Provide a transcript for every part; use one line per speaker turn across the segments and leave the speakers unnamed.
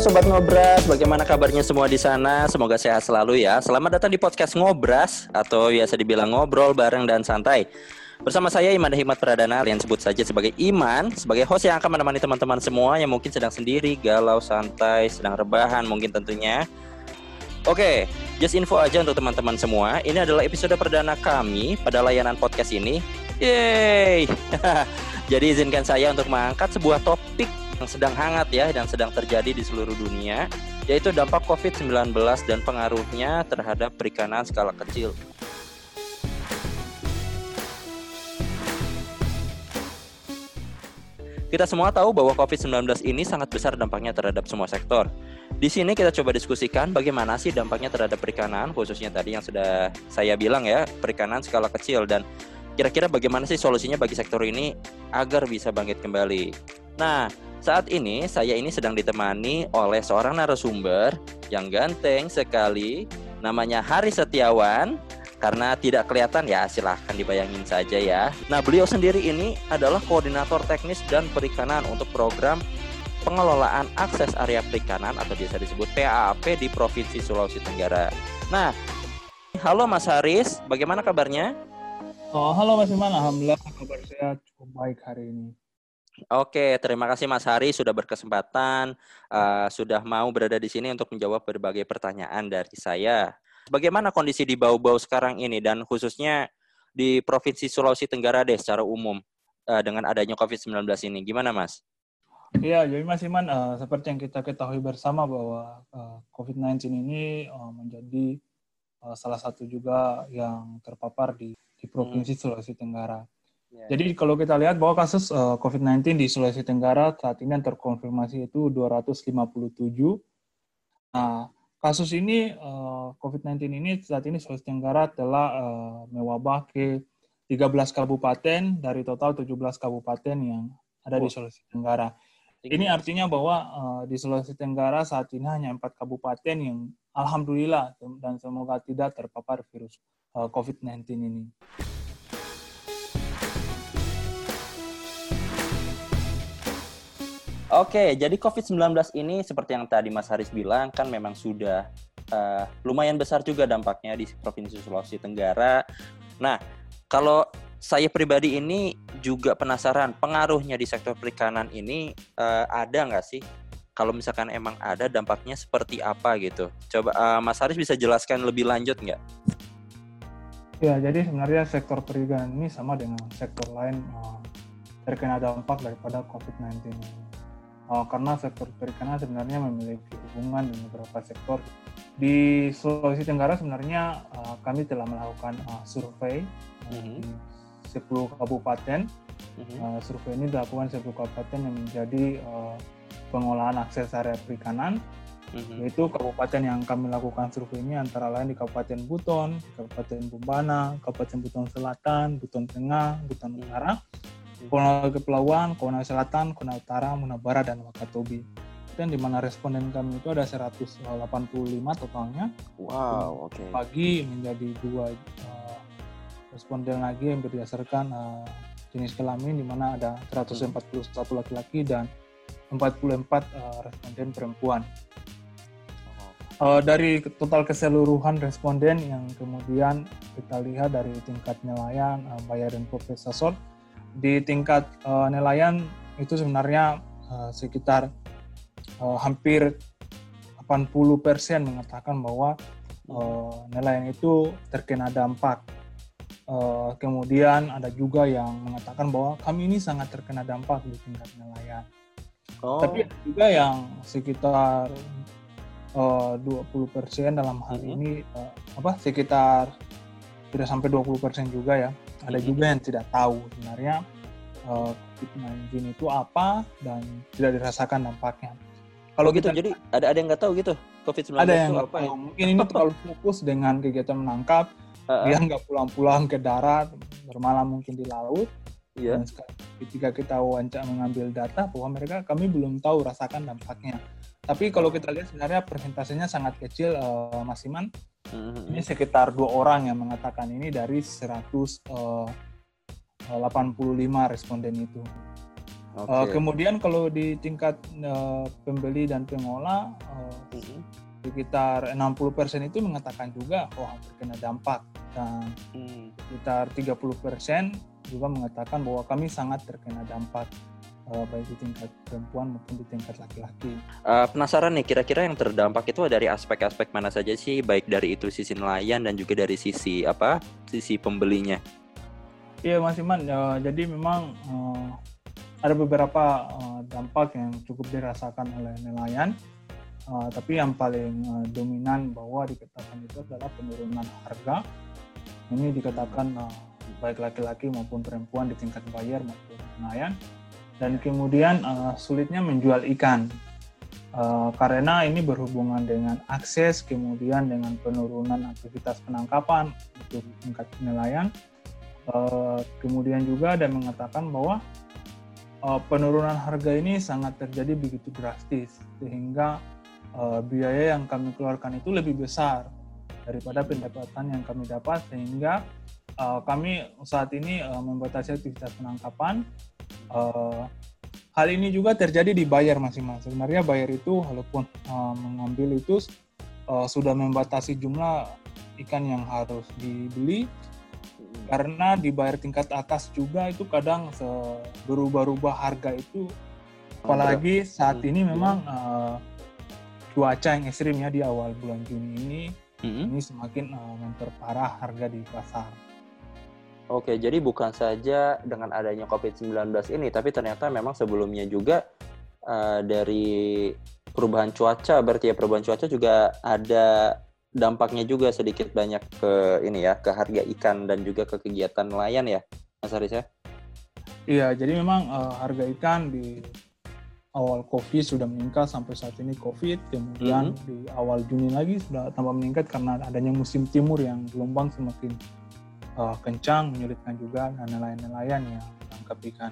Sobat Ngobras, bagaimana kabarnya semua di sana? Semoga sehat selalu ya. Selamat datang di podcast Ngobras atau biasa dibilang ngobrol bareng dan santai. Bersama saya Iman Hikmat Pradana, kalian sebut saja sebagai Iman, sebagai host yang akan menemani teman-teman semua yang mungkin sedang sendiri, galau, santai, sedang rebahan mungkin tentunya. Oke, just info aja untuk teman-teman semua. Ini adalah episode perdana kami pada layanan podcast ini. Yeay! Jadi izinkan saya untuk mengangkat sebuah topik yang sedang hangat ya dan sedang terjadi di seluruh dunia, yaitu dampak COVID-19 dan pengaruhnya terhadap perikanan skala kecil. Kita semua tahu bahwa COVID-19 ini sangat besar dampaknya terhadap semua sektor. Di sini kita coba diskusikan bagaimana sih dampaknya terhadap perikanan, khususnya tadi yang sudah saya bilang ya, perikanan skala kecil, dan kira-kira bagaimana sih solusinya bagi sektor ini agar bisa bangkit kembali. Nah, saat ini saya ini sedang ditemani oleh seorang narasumber yang ganteng sekali, namanya Haris Setiawan. Karena tidak kelihatan ya, silahkan dibayangin saja ya. Nah, beliau sendiri ini adalah koordinator teknis dan perikanan untuk program pengelolaan akses area perikanan atau biasa disebut PAAP di Provinsi Sulawesi Tenggara. Nah, halo Mas Haris, bagaimana kabarnya?
Halo Mas Iman, alhamdulillah kabar saya cukup baik hari ini.
Oke, terima kasih Mas Haris sudah berkesempatan, sudah mau berada di sini untuk menjawab berbagai pertanyaan dari saya. Bagaimana kondisi di Bau-Bau sekarang ini dan khususnya di Provinsi Sulawesi Tenggara deh secara umum dengan adanya COVID-19 ini? Gimana Mas?
Iya, jadi Mas Iman, seperti yang kita ketahui bersama bahwa COVID-19 ini menjadi salah satu juga yang terpapar di Provinsi Sulawesi Tenggara. Yeah. Jadi kalau kita lihat bahwa kasus COVID-19 di Sulawesi Tenggara saat ini yang terkonfirmasi itu 257. Nah, kasus ini, COVID-19 ini saat ini Sulawesi Tenggara telah mewabah ke 13 kabupaten dari total 17 kabupaten yang ada di Sulawesi Tenggara. Ini artinya bahwa di Sulawesi Tenggara saat ini hanya 4 kabupaten yang alhamdulillah dan semoga tidak terpapar virus COVID-19 ini.
Oke, jadi COVID-19 ini seperti yang tadi Mas Haris bilang kan memang sudah lumayan besar juga dampaknya di Provinsi Sulawesi Tenggara. Nah, kalau saya pribadi ini juga penasaran pengaruhnya di sektor perikanan ini ada nggak sih? Kalau misalkan emang ada, dampaknya seperti apa gitu? Coba Mas Haris bisa jelaskan lebih lanjut nggak?
Ya, jadi sebenarnya sektor perikanan ini sama dengan sektor lain terkena dampak daripada COVID-19 ini. Karena sektor perikanan sebenarnya memiliki hubungan dengan beberapa sektor. Di Sulawesi Tenggara sebenarnya kami telah melakukan survei di 10 kabupaten. Survei ini dilakukan 10 kabupaten yang menjadi pengolahan akses area perikanan. Yaitu kabupaten yang kami lakukan survei ini antara lain di Kabupaten Buton, di Kabupaten Bumbana, Kabupaten Buton Selatan, Buton Tengah, Buton Utara, Kona Kepulauan, Kona Selatan, Kona Utara, Muna Barat, dan Wakatobi. Dan di mana responden kami itu ada 185 totalnya.
Wow, oke.
Pagi menjadi 2 responden lagi yang berdasarkan jenis kelamin, di mana ada 141 laki-laki dan 44 responden perempuan. Dari total keseluruhan responden yang kemudian kita lihat dari tingkat nelayan, bayar dan kompensasor, di tingkat nelayan itu sebenarnya sekitar hampir 80% mengatakan bahwa nelayan itu terkena dampak. Kemudian ada juga yang mengatakan bahwa kami ini sangat terkena dampak di tingkat nelayan. Tapi ada juga yang sekitar 20% dalam hal ini sekitar tidak sampai 20% juga ya. Ada juga yang tidak tahu sebenarnya COVID-19 itu apa dan tidak dirasakan dampaknya.
Kalau gitu, jadi ada yang nggak tahu gitu COVID-19
ada yang
itu
apa?
ya?
Mungkin ini terlalu fokus dengan kegiatan menangkap, dia nggak pulang-pulang ke darat, bermalam mungkin di laut. Dan ketika kita wawancara mengambil data bahwa kami belum tahu rasakan dampaknya. Tapi kalau kita lihat sebenarnya persentasenya sangat kecil, Mas Iman. Ini sekitar 2 orang yang mengatakan ini dari 185 responden itu.
Oke.
Kemudian kalau di tingkat pembeli dan pengolah, sekitar 60% itu mengatakan juga hampir kena dampak, dan sekitar 30% juga mengatakan bahwa kami sangat terkena dampak, baik di tingkat perempuan maupun di tingkat laki-laki.
Penasaran nih, kira-kira yang terdampak itu dari aspek-aspek mana saja sih, baik dari itu sisi nelayan dan juga dari sisi sisi pembelinya?
Iya Mas Iman, jadi memang ada beberapa dampak yang cukup dirasakan oleh nelayan, tapi yang paling dominan bahwa dikatakan itu adalah penurunan harga. Ini dikatakan baik laki-laki maupun perempuan di tingkat buyer maupun nelayan, dan kemudian sulitnya menjual ikan karena ini berhubungan dengan akses, kemudian dengan penurunan aktivitas penangkapan untuk tingkat nelayan. Kemudian juga ada mengatakan bahwa penurunan harga ini sangat terjadi begitu drastis, sehingga biaya yang kami keluarkan itu lebih besar daripada pendapatan yang kami dapat, sehingga kami saat ini membatasi aktivitas penangkapan. Hal ini juga terjadi di buyer masing-masing. Sebenarnya buyer itu walaupun mengambil itu sudah membatasi jumlah ikan yang harus dibeli, karena di buyer tingkat atas juga itu kadang berubah-ubah harga itu, apalagi saat ini memang cuaca yang ekstrim ya di awal bulan Juni ini semakin memperparah harga di pasar.
Oke, jadi bukan saja dengan adanya COVID-19 ini, tapi ternyata memang sebelumnya juga dari perubahan cuaca, berarti ya perubahan cuaca juga ada dampaknya juga sedikit banyak ke ini ya, ke harga ikan dan juga ke kegiatan nelayan ya, Mas Haris ya?
Iya, jadi memang harga ikan di awal COVID sudah meningkat sampai saat ini COVID, kemudian di awal Juni lagi sudah tambah meningkat karena adanya musim timur yang gelombang semakin kencang, menyulitkan juga nelayan-nelayan yang menangkap ikan.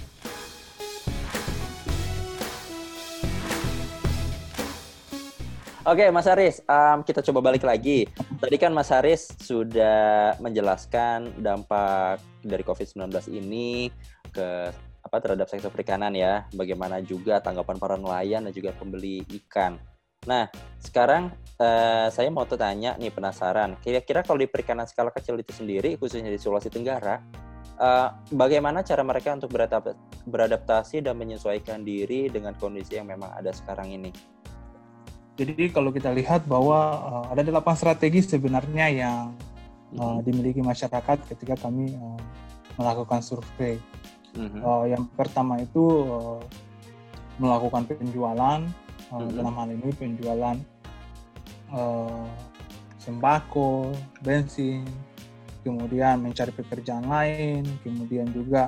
Oke, Mas Haris, kita coba balik lagi. Tadi kan Mas Haris sudah menjelaskan dampak dari COVID-19 ini terhadap sektor perikanan ya, bagaimana juga tanggapan para nelayan dan juga pembeli ikan. Nah, sekarang saya mau tanya nih, penasaran, kira-kira kalau di perikanan skala kecil itu sendiri, khususnya di Sulawesi Tenggara, bagaimana cara mereka untuk beradaptasi dan menyesuaikan diri dengan kondisi yang memang ada sekarang ini?
Jadi kalau kita lihat bahwa ada 8 strategi sebenarnya yang dimiliki masyarakat ketika kami melakukan survei. Yang pertama itu melakukan penjualan, dalam hal ini penjualan sembako, bensin, kemudian mencari pekerjaan lain, kemudian juga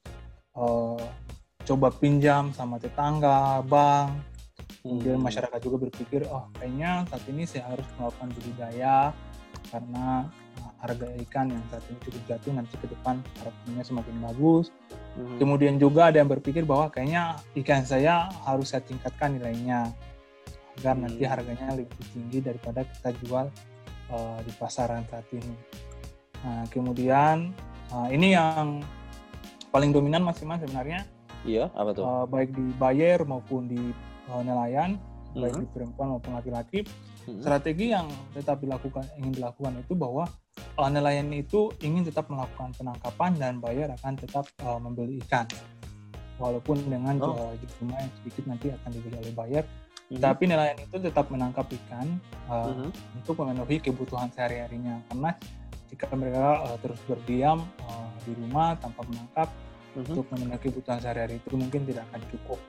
coba pinjam sama tetangga, bank. Kemudian masyarakat juga berpikir, kayaknya saat ini saya harus melakukan budidaya karena harga ikan yang saat ini cukup jatuh, nanti ke depan harapannya semakin bagus. Kemudian juga ada yang berpikir bahwa kayaknya ikan saya harus saya tingkatkan nilainya agar nanti harganya lebih tinggi daripada kita jual di pasaran saat ini. Nah, kemudian ini yang paling dominan masing-masing sebenarnya.
Iya, apa tuh?
Baik di buyer maupun di nelayan, baik di perempuan maupun laki-laki. Strategi yang tetap ingin dilakukan itu bahwa nelayan itu ingin tetap melakukan penangkapan dan buyer akan tetap membeli ikan, walaupun dengan jumlah yang sedikit nanti akan dibeli oleh buyer. Tapi nelayan itu tetap menangkap ikan untuk memenuhi kebutuhan sehari-harinya, karena jika mereka terus berdiam di rumah tanpa menangkap untuk memenuhi kebutuhan sehari-hari itu mungkin tidak akan cukup.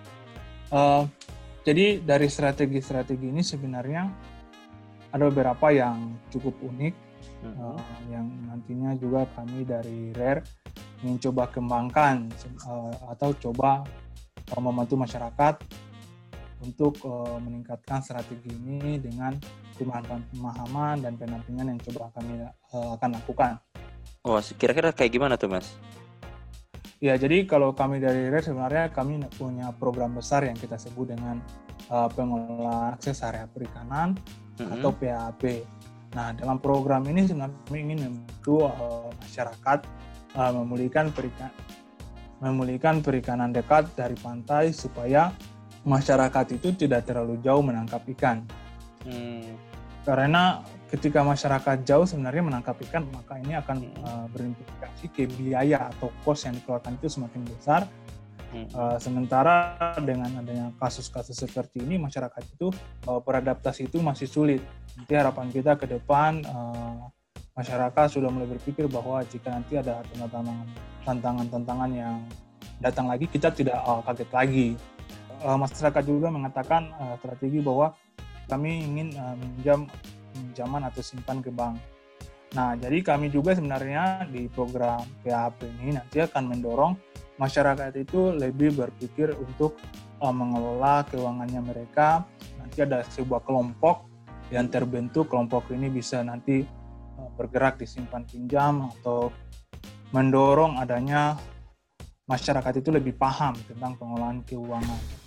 Jadi dari strategi-strategi ini sebenarnya ada beberapa yang cukup unik, yang nantinya juga kami dari RARE ingin coba kembangkan atau coba membantu masyarakat untuk meningkatkan strategi ini dengan pemahaman dan pendampingan yang coba kami akan lakukan.
Kira-kira kayak gimana tuh, Mas?
Ya, jadi kalau kami dari RARE sebenarnya kami punya program besar yang kita sebut dengan pengelolaan akses area perikanan atau PAP. Nah, dalam program ini sebenarnya kami ingin membantu masyarakat memulihkan memulihkan perikanan dekat dari pantai supaya masyarakat itu tidak terlalu jauh menangkap ikan. Karena ketika masyarakat jauh sebenarnya menangkap ikan, maka ini akan berimplikasi ke biaya atau kos yang dikeluarkan itu semakin besar. Sementara dengan adanya kasus-kasus seperti ini, masyarakat itu beradaptasi itu masih sulit. Nanti harapan kita ke depan, masyarakat sudah mulai berpikir bahwa jika nanti ada tantangan-tantangan yang datang lagi, kita tidak kaget lagi. Masyarakat juga mengatakan strategi bahwa kami ingin minjam pinjaman atau simpan ke bank. Nah, jadi kami juga sebenarnya di program PAP ini nanti akan mendorong masyarakat itu lebih berpikir untuk mengelola keuangannya mereka. Nanti ada sebuah kelompok yang terbentuk, kelompok ini bisa nanti bergerak di simpan pinjam atau mendorong adanya masyarakat itu lebih paham tentang pengelolaan keuangan.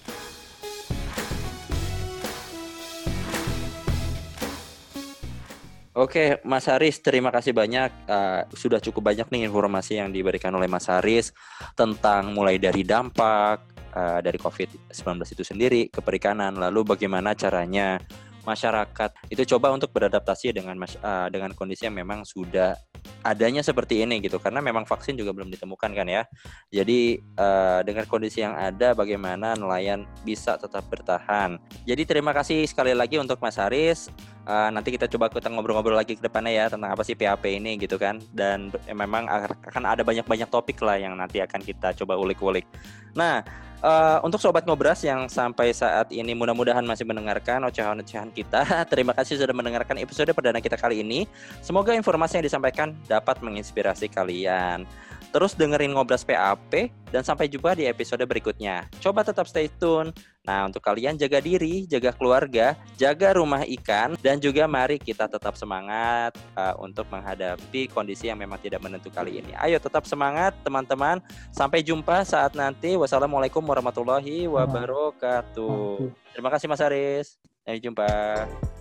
Oke, Mas Haris, terima kasih banyak. Sudah cukup banyak nih informasi yang diberikan oleh Mas Haris tentang mulai dari dampak dari COVID-19 itu sendiri ke perikanan, lalu bagaimana caranya masyarakat itu coba untuk beradaptasi dengan kondisi yang memang sudah adanya seperti ini gitu, karena memang vaksin juga belum ditemukan kan ya. Jadi dengan kondisi yang ada, bagaimana nelayan bisa tetap bertahan. Jadi terima kasih sekali lagi untuk Mas Haris. Nanti kita coba ngobrol-ngobrol lagi ke depannya ya tentang apa sih PAP ini gitu kan. Dan memang akan ada banyak-banyak topik lah yang nanti akan kita coba ulik-ulik. Nah, untuk Sobat Ngobras yang sampai saat ini mudah-mudahan masih mendengarkan ocehan-ocehan kita, terima kasih sudah mendengarkan episode perdana kita kali ini. Semoga informasi yang disampaikan dapat menginspirasi kalian. Terus dengerin Ngobras PAP dan sampai jumpa di episode berikutnya. Coba tetap stay tune. Nah, untuk kalian jaga diri, jaga keluarga, jaga rumah ikan, dan juga mari kita tetap semangat untuk menghadapi kondisi yang memang tidak menentu kali ini. Ayo tetap semangat teman-teman. Sampai jumpa saat nanti. Wassalamualaikum warahmatullahi wabarakatuh. Terima kasih Mas Haris. Sampai jumpa.